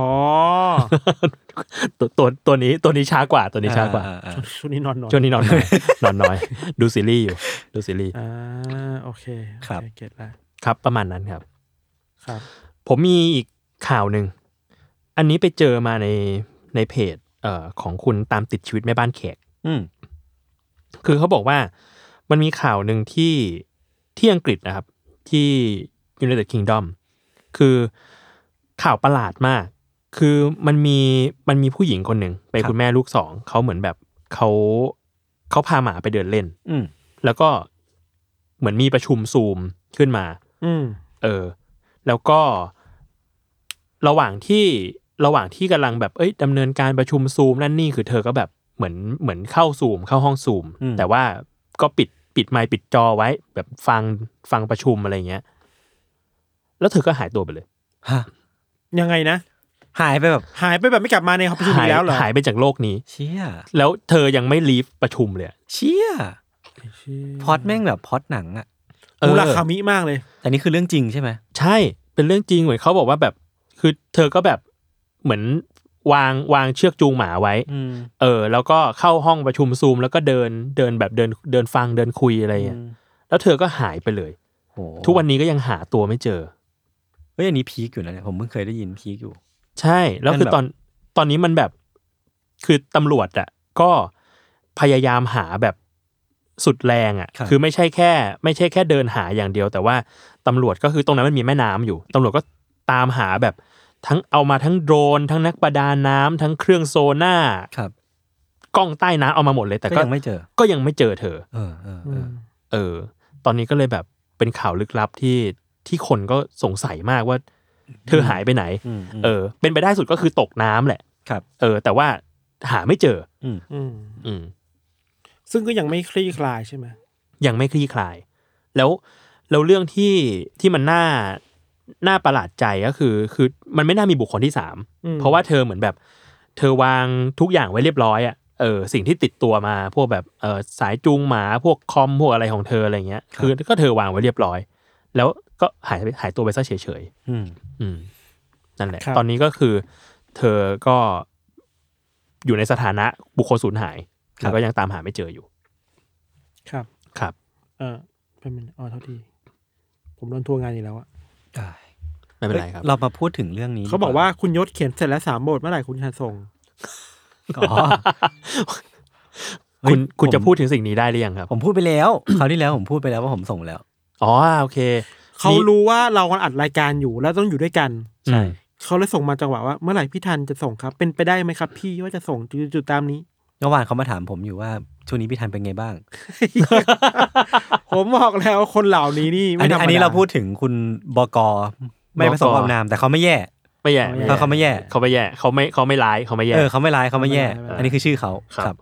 ตัวตัวตัวนี้ตัวนี้ช้ากว่าตัวนี้ช้ากว่าช่วงนี้นอนน้อยช่วงนี้นอนน้อยนอนน้อยดูซีรีส์อยู่ดูซีรีส์อ่าโอเคครับเก็ตแล้วครับประมาณนั้นครับครับผมมีอีกข่าวหนึ่งอันนี้ไปเจอมาในในเพจเอ่อของคุณตามติดชีวิตแม่บ้านแขกอืมคือเขาบอกว่ามันมีข่าวหนึ่งที่ที่อังกฤษนะครับที่ United Kingdom คือข่าวประหลาดมากคือมันมีมันมีผู้หญิงคนหนึ่งเป็นคุณแม่ลูกสองเขาเหมือนแบบเขาเขาพาหมาไปเดินเล่นอืมแล้วก็เหมือนมีประชุมซูมขึ้นมาอืมเออแล้วก็ระหว่างที่ระหว่างที่กำลังแบบเอ้ยดำเนินการประชุมซูมนั่นนี่คือเธอก็แบบเหมือนเหมือนเข้าซูมเข้าห้องซูมแต่ว่าก็ปิดปิดไมค์ปิดจอไว้แบบฟังฟังประชุมอะไรเงี้ยแล้วเธอก็หายตัวไปเลยฮะยังไงนะหายไปแบบหายไปแบบไม่กลับมาในห้องประชุมอีกแล้วเหรอหายไปจากโลกนี้เชี่ยแล้วเธอยังไม่ลีฟประชุมเลยเชี่ยพอดแม่งแบบพอดหนังอ่ะมูราคามิมากเลยแต่นี่คือเรื่องจริงใช่ไหมใช่เป็นเรื่องจริงเหมือนเขาบอกว่าแบบคือเธอก็แบบเหมือนวางวางเชือกจูงหมาไว้เออแล้วก็เข้าห้องประชุมซูมแล้วก็เดินเดินแบบเดินเดินฟังเดินคุยอะไรอย่างเงี้ยแล้วเธอก็หายไปเลยทุกวันนี้ก็ยังหาตัวไม่เจอเฮ้ยอันนี้พีคอยู่นะเนี่ยผมเพิ่งเคยได้ยินพีคอยู่ใช่แล้วคือตอนตอนนี้มันแบบคือตำรวจอ่ะก็พยายามหาแบบสุดแรงอ่ะคือไม่ใช่แค่ไม่ใช่แค่เดินหาอย่างเดียวแต่ว่าตำรวจก็คือตรงนั้นมันมีแม่น้ำอยู่ตำรวจก็ตามหาแบบทั้งเอามาทั้งโดรนทั้งนักประดาน้ำทั้งเครื่องโซน่าครับกล้องใต้น้ำเอามาหมดเลยแต่ก็ยังไม่เจอก็ยังไม่เจอเธอเออเออเออเออตอนนี้ก็เลยแบบเป็นข่าวลึกลับที่ที่คนก็สงสัยมากว่าเธอหายไปไหนเออเป็นไปได้สุดก็คือตกน้ำแหละครับเออแต่ว่าหาไม่เจออืมอืมอืมซึ่งก็ยังไม่คลี่คลายใช่ไหมยังไม่คลี่คลายแล้วแล้วเรื่องที่ที่มันน่าน่าประหลาดใจก็คือคือมันไม่น่ามีบุคคลที่สามเพราะว่าเธอเหมือนแบบเธอวางทุกอย่างไว้เรียบร้อยอ่ะเออสิ่งที่ติดตัวมาพวกแบบเออสายจูงหมาพวกคอมพวกอะไรของเธออะไรเงี้ยคือก็เธอวางไว้เรียบร้อยแล้วก็หายหายตัวไปซะเฉยๆอืมอืมนั่นแหละตอนนี้ก็คือเธอก็อยู่ในสถานะบุคคลสูญหายแล้วก็ยังตามหาไม่เจออยู่ครับครับเออเป็นอ๋อเท่าที่ผมโดนทัวร์งานอีกแล้วอะไม่เป็นไรครับเรามาพูดถึงเรื่องนี้เขาบอกว่าคุณยศเขียนเสร็จแล้วสามบทเมื่อไหร่คุณจะส่งอ๋อคุณคุณจะพูดถึงสิ่งนี้ได้หรือยังครับผมพูดไปแล้วคราวที่แล้วผมพูดไปแล้วว่าผมส่งแล้วอ๋อโอเคเขารู้ว่าเรากำลังอัดรายการอยู่แล้วต้องอยู่ด้วยกันใช่เขาเลยส่งมาจังหวะว่าเมื่อไหร่พี่ทันจะส่งครับเป็นไปได้ไหมครับพี่ว่าจะส่งจุดๆตามนี้เมื่อวานเขามาถามผมอยู่ว่าช่วงนี้พี่ทันเป็นไงบ้างผมบอกแล้วคนเหล่านี้นี่ไม่ธรรมดาอันนี้เราพูดถึงคุณบก.ไม่ประสบความนามแต่เขาไม่แย่ไม่แย่เขาเขาไม่แย่เขาไม่แย่เขาไม่เขาไม่ร้ายเขาไม่แย่เออเขาไม่ร้ายเขาไม่แย่อันนี้คือชื่อเขาครับ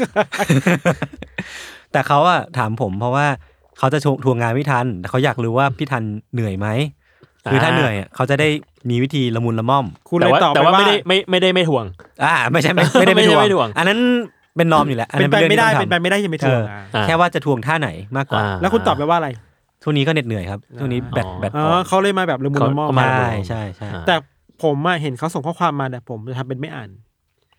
แต่เขาอะถามผมเพราะว่าเขาจะทวงงานพี่ทันแต่เขาอยากรู้ว่าพี่ทันเหนื่อยไหมคือถ้าเหนื่อยเขาจะได้มีวิธีละมุนละม่อมแต่ว่าแต่ว่าไม่ได้ไม่ไม่ได้ไม่ทวงอ่าไม่ใช่ไม่ไม่ได้ไม่ทวงอันนั้นเป็นนอมอยู่แล้วเป็นไปไม่ได้เป็นไปไม่ได้จะไม่ทวงแค่ว่าจะทวงท่าไหนมากกว่าแล้วคุณตอบไปว่าอะไรช่วงนี้ก็เหน็ดเหนื่อยครับช่วงนี้แบตแบตอ๋อเขาเลยมาแบบละมุนละม่อมใช่ใช่ใช่แต่ผมอะเห็นเขาส่งข้อความมาแต่ผมจะทำเป็นไม่อ่าน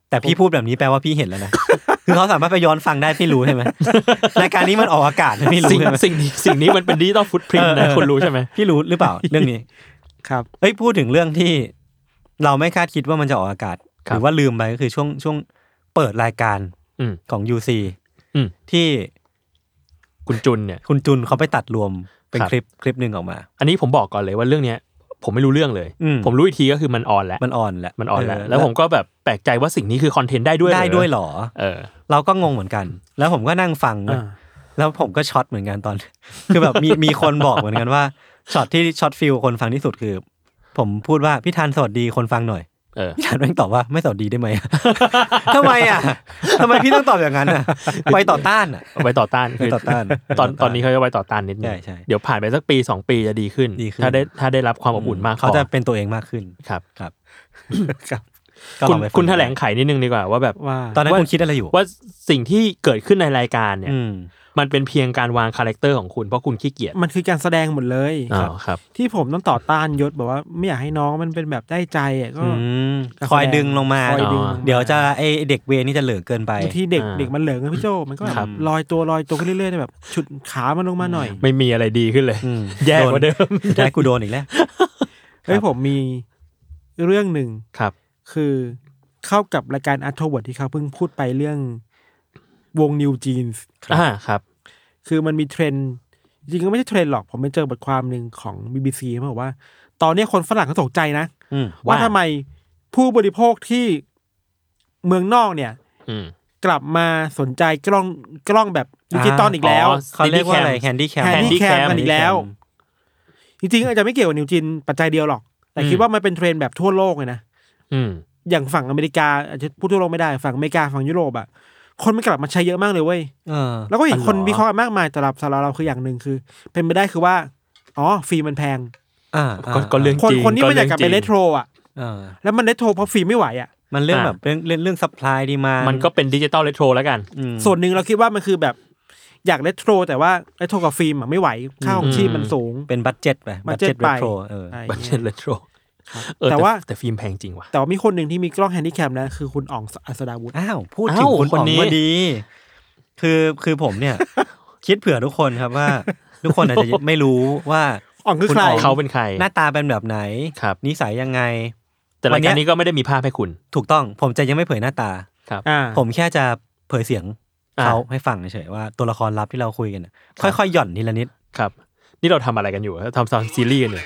แต่พี่พูดแบบนี้แปลว่าพี่เห็นแล้วนะ คือเขาสามารถไปย้อนฟังได้พี่รู้ใช่ไหม รายการนี้มันออกอากาศพี่รู้ใช่ไหมสิ่งนี้สิ่งนี้มันเป็นดิจิตอลฟุตพริ้นท์นะคุณรู้ใช่ไหมพี่รู้หรือเปล่าเรื่องนี้ครับเอ้ยพูดถึงเรื่องที่เราไม่คาดคิดว่ามันจะออกอากาศหรือว่าลืมไปก็คือช่วงช่วงเปิดรายการของ ยู ซี ที่คุณจุนเนี่ยคุณจุนเขาไปตัดรวมเป็นคลิปคลิปนึงออกมาอันนี้ผมบอกก่อนเลยว่าเรื่องเนี้ยผมไม่รู้เรื่องเลยผมรู้อีกทีก็คือมันออนแล้วมันออนแล้วมันออนแล้วแล้วผมก็แบบแปลกใจว่าสิ่งนี้คือคอนเทนต์ได้ด้วยได้ด้วยหรอเออเราก็งงเหมือนกันแล้วผมก็นั่งฟังแล้วผมก็ช็อตเหมือนกันตอนคือแบบมีมีคนบอกเหมือนกันว่าช็อตที่ช็อตฟิลคนฟังที่สุดคือผมพูดว่าพี่ธันสวัสดีคนฟังหน่อยพี่ธันแม่งตอบว่าไม่สวัสดีได้ไหม ทำไมอ่ะทำไมพี่ต้องตอบอย่างนั้นอ่ะไปต่อต้านอ่ะไปต่อต้านคือต่อต้านตอนตอนนี้เขาจะไปต่อต้านนิดนึงเดี๋ยวผ่านไปสักปีสองปีจะดีขึ้นถ้าได้ถ้าได้รับความอบอุ่นมากเขาจะเป็นตัวเองมากขึ้นครับครับครับคุณคุณแถลงไขนิดนึงดีกว่าว่าแบบว่าตอนนั้นคุณคิดอะไรอยู่ว่าสิ่งที่เกิดขึ้นในรายการเนี่ยมันเป็นเพียงการวางคาแรคเตอร์ของคุณเพราะคุณขี้เกียจมันคือการแสดงหมดเลยครับที่ผมต้องต่อต้านยศบอกว่าไม่อยากให้น้องมันเป็นแบบได้ใจอ่ะก็คอยดึงลงมาเดี๋ยวจะไอเด็กเวนี่จะเหลือเกินไปที่เด็กเด็กมันเหลือกันพี่โจมันก็แบบลอยตัวลอยตัวขึ้นเรื่อยๆแบบฉุดขามันลงมาหน่อยไม่มีอะไรดีขึ้นเลยแย่กว่าเดิมได้กูโดนอีกแล้วเฮ้ยผมมีเรื่องหนึ่งครับคือเข้ากับรายการอัธเวิร์ดที่เขาเพิ่งพูดไปเรื่องวง New Jeans อ่าครับคือมันมีเทรนด์จริงก็ไม่ใช่เทรนด์หรอกผมไปเจอบทความหนึ่งของ บี บี ซี เขาบอกว่าตอนนี้คนฝรั่งเขาตกใจนะว่าทำไมผู้บริโภคที่เมืองนอกเนี่ยกลับมาสนใจกล้องกล้องแบบดิจิตอลอีกแล้วเขาเรียกว่าอะไรแฮนดี้แคมแฮนดี้แคมกันอีกแล้วจริงๆอาจจะไม่เกี่ยวกับนิวจินปัจจัยเดียวหรอกแต่คิดว่ามันเป็นเทรนด์แบบทั่วโลกเลยนะอย่างฝั่งอเมริกาอาจจะพูดทั่วโลกไม่ได้ฝั่งอเมริกาฝั่งยุโรปอ่ะคนมันกลับมาใช้เยอะมากเลยเว้ยแล้วก็เห็นคนวิเคราะห์มากมายสำหรับสำหรับเราคืออย่างหนึ่งคือเป็นไปได้คือว่าอ๋อฟิล์มมันแพงอ่าก็เรื่องจริงคนที่มันอยากกลับไปเรโทรอ่ะแล้วมันเรโทรเพราะฟิล์มไม่ไหวอ่ะมันเรื่องแบบเรื่องเรื่องเรื่องซัพพลายดีมามันก็เป็นดิจิตอลเรโทรแล้วกันส่วนหนึ่งเราคิดว่ามันคือแบบอยากเรโทรแต่ว่าเรโทรกับฟิล์มอ่ะไม่ไหวค่าของชีพมันสูงเป็นบัดเจ็ตไปบัดเจ็ตเรโทรเออบัดเจ็ตเรโทรแต่ว่าแต่ฟิล์มแพงจริงว่ะแต่ว่ามีคนหนึ่งที่มีกล้องแฮนดี้แคมนะคือคุณอ๋องอัศดาวุฒิอ้าวพูดถึงคุณอ๋องพอดีคือคือผมเนี่ยคิดเผื่อทุกคนครับว่าทุกคนอาจจะไม่รู้ว่าอ๋องคือใครเขาเป็นใครหน้าตาเป็นแบบไหนนิสัยยังไงแต่รายการนี้ก็ไม่ได้มีภาพให้คุณถูกต้องผมจะยังไม่เผยหน้าตาครับผมแค่จะเผยเสียงเขาให้ฟังเฉยๆว่าตัวละครลับที่เราคุยกันค่อยๆหย่อนทีละนิดครับนี่เราทำอะไรกันอยู่ทำซาวด์ซีรีส์กันอยู่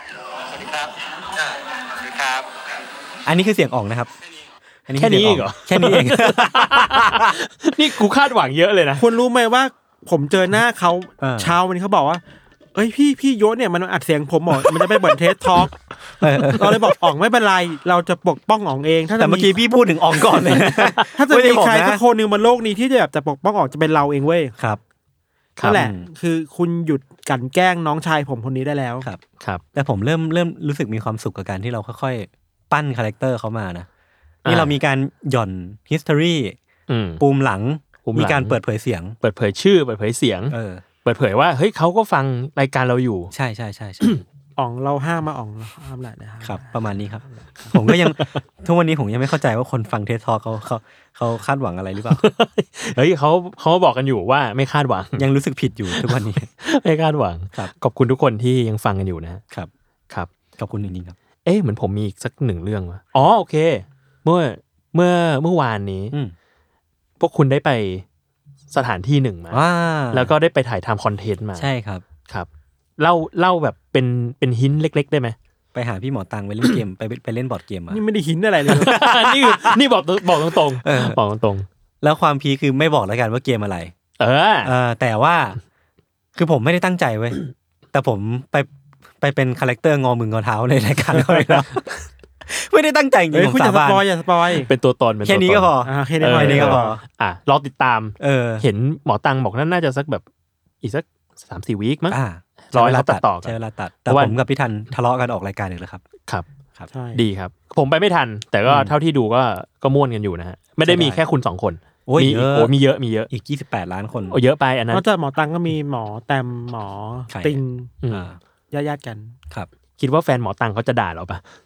อันนี้คือเสียงอ่องนะครับแค่นี้เองเหรอแค่นี้เองนี่กูคาดหวังเยอะเลยนะคุณรู้ไหมว่าผมเจอหน้าเขาเช้าวันนี้เขาบอกว่าเอ้ยพี่พี่ยศเนี่ยมันอัดเสียงผมหมดมันจะไปเปิดเทสทอล์กเราเลยบอกอ่องไม่เป็นไรเราจะปกป้องอ่องเองแต่เมื่อกี้พี่พูดถึงอ่องก่อนเลยถ้าจะมีใครสักคนนึงบนโลกนี้ที่จะแบบจะปกป้องอ่องจะเป็นเราเองเว้ยครับนั่นแหละคือคุณหยุดกันแกล้งน้องชายผมคนนี้ได้แล้วครับครับแต่ผมเริ่มเริ่มรู้สึกมีความสุขกับการที่เราค่อยๆปั้นคาแรคเตอร์เขามานะนี่เรามีการหย่อน history ปูมหลังมีการเปิดเผยเสียงเปิดเผยชื่อเปิดเผยเสียงเออเปิดเผยว่าเฮ้ยเขาก็ฟังรายการเราอยู่ใช่ใช่ใช่อ่องเราห้ามมาอ่องเราห้ามแหละนะครับประมาณนี้ครับผมก็ยังทุกวันนี้ผมยังไม่เข้าใจว่าคนฟังเทสทอล์กเขาเขาเขาคาดหวังอะไรหรือเปล่าเฮ้ยเขาเขาบอกกันอยู่ว่าไม่คาดหวังยังรู้สึกผิดอยู่ทุกวันนี้ไม่คาดหวังขอบคุณทุกคนที่ยังฟังกันอยู่นะครับครับขอบคุณจริงๆครับเอ๊ะเหมือนผมมีอีกสักหนึ่งเรื่องวะอ๋อโอเคเมื่อเมื่อเมื่อวานนี้พวกคุณได้ไปสถานที่หนึ่งมาแล้วก็ได้ไปถ่ายทำคอนเทนต์มาใช่ครับครับเล่าเล่าแบบเป็นเป็นหินเล็กๆได้ไหมไปหาพี่หมอตังไปเล่นเกมไปไปเล่นบอร์ดเกมมานี่ไม่ได้หินอะไรเลยนี่นี่บอกบอกตรงๆบอกตรงๆแล้วความพีคือไม่บอกแล้วกันว่าเกมอะไรเออเออแต่ว่าคือผมไม่ได้ตั้งใจเว้ยแต่ผมไปไปเป็นคาแรคเตอร์งอมืองอเท้าในรายการเลยครับไม่ได้ตั้งใจจริงๆผมสาบานอย่าสปอยเป็นตัวตนแค่นี้ก็พอแค่นี้ก็พออ่ะรอติดตามเห็นหมอตังบอกนั่นน่าจะสักแบบอีกสัก สามสี่ วีคมั้งรอให้เขาตัดต่อใช้เวลาตัดแต่ผมกับพี่ทันทะเลาะกันออกรายการอีกแล้วครับครับครับดีครับผมไปไม่ทันแต่ก็เท่าที่ดูก็ก็ม่วนกันอยู่นะฮะไม่ได้มีแค่คุณสองคนมีโอ้มีเยอะมีเยอะอีกยี่สิบแปดล้านคนโอ้เยอะไปอันนั้นนอกจากหมอตังก็มีหมอแตมหมอติงญาติๆกันครับคิดว่าแฟนหมอตังเขาจะด่าเราปะ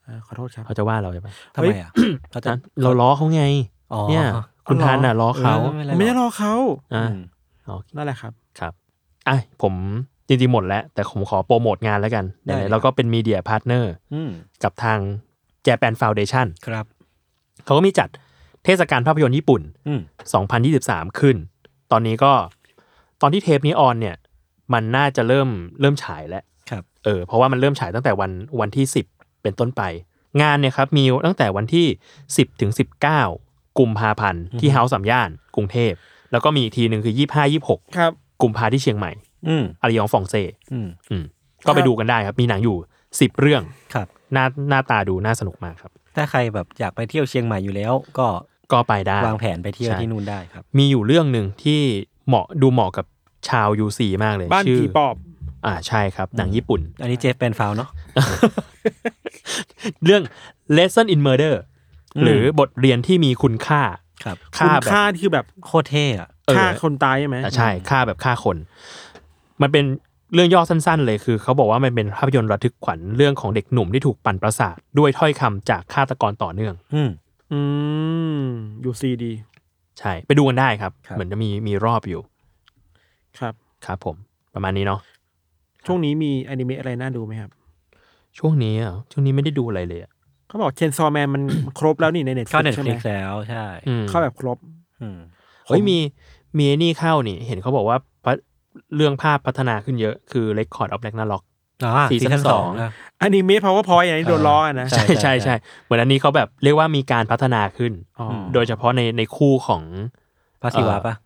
ขอโทษครับเขาจะว่าเราใช่ปะทำไมอ่ะเขาจะเราล้อเขาไงเนี่ยคุณทันน่ะล้อเขาไม่ได้ล้อเขาอ่านั่นแหละครับครับอ่ะผมจริงๆหมดแล้วแต่ผมขอโปรโมทงานแล้วกันไหนๆเราก็เป็นมีเดียพาร์ทเนอร์กับทาง Japan Foundation ครับเขาก็มีจัดเทศกาลภาพยนตร์ญี่ปุ่นสองพันยี่สิบสามขึ้นตอนนี้ก็ตอนที่เทปนี้ออนเนี่ยมันน่าจะเริ่มเริ่มฉายแล้วครับเออเพราะว่ามันเริ่มฉายตั้งแต่วันวันที่สิบเป็นต้นไปงานเนี่ยครับมีตั้งแต่วันที่สิบถึงสิบเก้ากุมภาพันธ์ที่เฮาส์สามย่านกรุงเทพแล้วก็มีอีกทีนึงคือยี่สิบห้า ยี่สิบหกครับกุมภาที่เชียงใหม่อืมอาริยองฟองเซ่อืมอืมก็ไปดูกันได้ครับมีหนังอยู่สิบเรื่องครับหน้าหน้าตาดูน่าสนุกมากครับถ้าใครแบบอยากไปเที่ยวเชียงใหม่อยู่แล้วก็ก็ไปได้วางแผนไปเที่ยวที่นู่นได้ครับมีอยู่เรื่องนึงที่เหมาะดูเหมาะกับชาว ยู ซี มากเลยบ้านผีปอบอ่าใช่ครับหนังญี่ปุ่นอันนี้เจฟเป็นฟาวเนาะเรื่อง Lesson in Murder หรือบทเรียนที่มีคุณค่าครับคุณค่าคือแบบโคตรเท่อะฆ่าคนตายใช่ไหมใช่ฆ่าแบบฆ่าคนมันเป็นเรื่องย่อสั้นๆเลยคือเขาบอกว่ามันเป็นภาพยนตร์ระทึกขวัญเรื่องของเด็กหนุ่มที่ถูกปั่นประสาทด้วยถ้อยคำจากฆาตกรต่อเนื่องอืมอืมยูซีดีใช่ไปดูกันได้ครับเหมือนจะมีมีรอบอยู่ครับครับผมประมาณนี้เนาะช่วงนี้มีอนิเมะอะไรน่าดูไหมครับช่วงนี้อ่ะช่วงนี้ไม่ได้ดูอะไรเลยอ่ะเขาบอกเชนซอแมนมันครบแล้วนี่ใน Netflix ใช่ไหมแล้วใช่เข้าแบบครบเฮ้ยมีมีนี่เข้านี่เห็นเขาบอกว่าเรื่องภาพพัฒนาขึ้นเยอะคือ Record of Ragnarok ซีซั่นสองอนิเมะ PowerPoint อย่างนี้โดนล้อนะใช่ใช่ใช่เหมือนอันนี้เขาแบบเรียกว่ามีการพัฒนาขึ้นโดยเฉพาะในในคู่ของพระศิวะป่ะ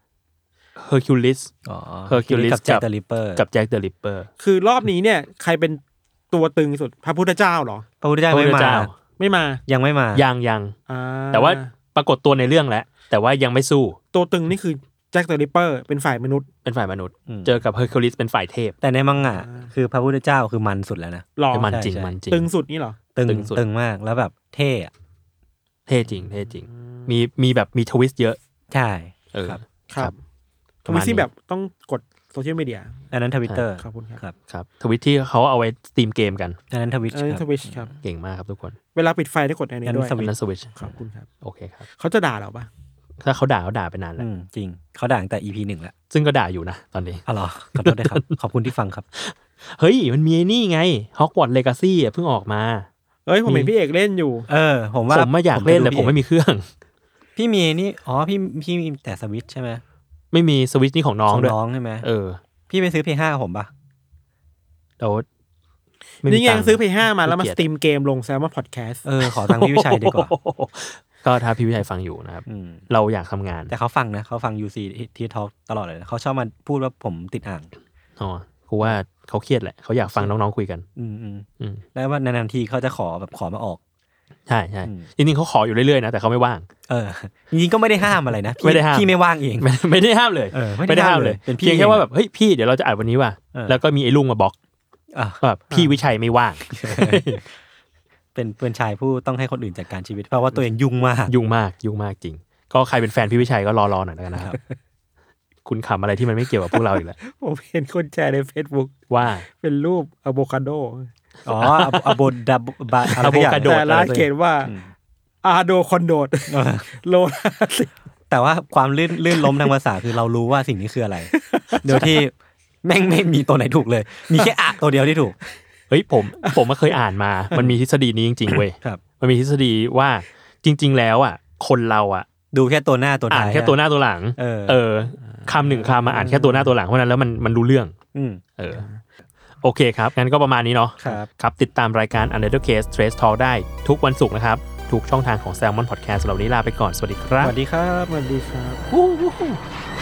Hercules อ๋อ Hercules กับ Jack the Ripper กับ Jack the Ripper คือรอบนี้เนี่ยใครเป็นตัวตึงสุดพระพุทธเจ้าเหรอพระพุทธเจ้าไม่มาไม่มายังไม่มายังยังแต่ว่าปรากฏตัวในเรื่องแล้วแต่ว่ายังไม่สู้ตัวตึงนี่คือแจ็คเดอะริปเปอร์เป็นฝ่ายมนุษย์เป็นฝ่ายมนุษย์เจอกับเฮอร์คิวลิสเป็นฝ่ายเทพแต่ในมังงะคือพระพุทธเจ้าคือมันสุดแล้วนะมันจริงมันจริงตึงสุดนี่หรอตึงตึงมากแล้วแบบเท่เท่จริงเท่จริงมีมีแบบมีทวิสต์เยอะใช่ครับครับทวิสต์ที่แบบต้องกดโซเชียลมีเดียอันนั้น Twitter ขอบคุณครับครับทวิสต์ที่เขาเอาไว้สตรีมเกมกันอันนั้น Twitch อันนั้น Twitch ครับเก่งมากครับทุกคนเวลาปิดไฟได้กดอันนี้ด้วยอันนั้น Switch ขอบคุณครับโอเคครับเขาจะด่าเราปะถ้าเขาด่าเขาด่าไปนานแล้วจริงเขาด่าตั้งแต่ อี พี หนึ่งแล้วซึ่งก็ด่าอยู่นะตอนนี้อ๋อเหรอขอโทษด้วยครับขอบคุณที่ฟังครับเฮ้ยมันมีนี่ไง Hogwarts Legacy อ่ะเพิ่งออกมาเอ้ยผมเห็นพี่เอกเล่นอยู่เออผมว่าผมไม่อยากเล่นแต่ผมไม่มีเครื่องพี่มีนี่อ๋อพี่พี่มีแต่สวิตช์ใช่ไหมไม่มีสวิตช์นี่ของน้องด้วยน้องใช่ไหมเออพี่ไปซื้อ พี ห้า ผมป่ะเดี๋ยวนี่ไงซื้อ พี ห้า มาแล้วมาสตรีมเกมลง Salmon Podcast เออขอทางพี่วิชัยดีกว่าก็ถ้าพี่วิชัยฟังอยู่นะครับเราอยากทำงานแต่เขาฟังนะเขาฟัง ยู ซี ที่ทอล์กตลอดเลยเขาชอบมาพูดว่าผมติดอ่างอ๋อกูว่าเขาเครียดแหละเขาอยากฟังน้องๆคุยกันอืมอืมอืมแล้วว่านานๆทีเขาจะขอแบบขอมาออกใช่ใช่จริงๆเขาขออยู่เรื่อยๆนะแต่เขาไม่ว่างเออจริงๆก็ไม่ได้ห้ามอะไรนะไม่ได้ห้ามพี่ไม่ว่างเองไม่ได้ห้ามเลยไม่ได้ห้ามเลยเพียงแค่ว่าแบบเฮ้ยพี่เดี๋ยวเราจะอัดวันนี้ว่ะแล้วก็มีไอ้ลุงมาบล็อกแบบพี่วิชัยไม่ว่างเป็นเพื่อนชายผู้ต้องให้คนอื่นจัดการชีวิตเพราะว่าตัวเองยุ่งมากยุ่งมากยุ่งมากจริงก็ใครเป็นแฟนพี่วิชัยก็รอๆหน่อยแล้วกันนะครับคุณขำอะไรที่มันไม่เกี่ยวกับพวกเราอีกแล้วผมเห็นคนแชร์ใน Facebook ว่าเป็นรูปอะโวคาโดอ๋ออะโบดาบาอะโวคาโดแต่ร้านเขียนว่าอาโดคอนโดดโลแต่ว่าความลื่นลื่นล้มทางภาษาคือเรารู้ว่าสิ่งนี้คืออะไรโดยที่แม่งไม่มีตัวไหนถูกเลยมีแค่อะตัวเดียวที่ถูกเฮ้ยผมผมก็เคยอ่านมามันมีทฤษฎีนี้จริงๆเว้ยมันมีทฤษฎีว่าจริงๆแล้วอ่ะคนเราอ่ะดูแค่ตัวหน้าตัวท้ายอ่านแค่ตัวหน้าตัวหลังเออคำหนึ่งคำมาอ่านแค่ตัวหน้าตัวหลังเพราะนั้นแล้วมันมันรู้เรื่องเออโอเคครับงั้นก็ประมาณนี้เนาะครับติดตามรายการ Untitled Case Trace Talk ได้ทุกวันศุกร์นะครับทุกช่องทางของ Salmon Podcast สำหรับวันนี้ลาไปก่อนสวัสดีครับสวัสดีครับสวัสดีครับ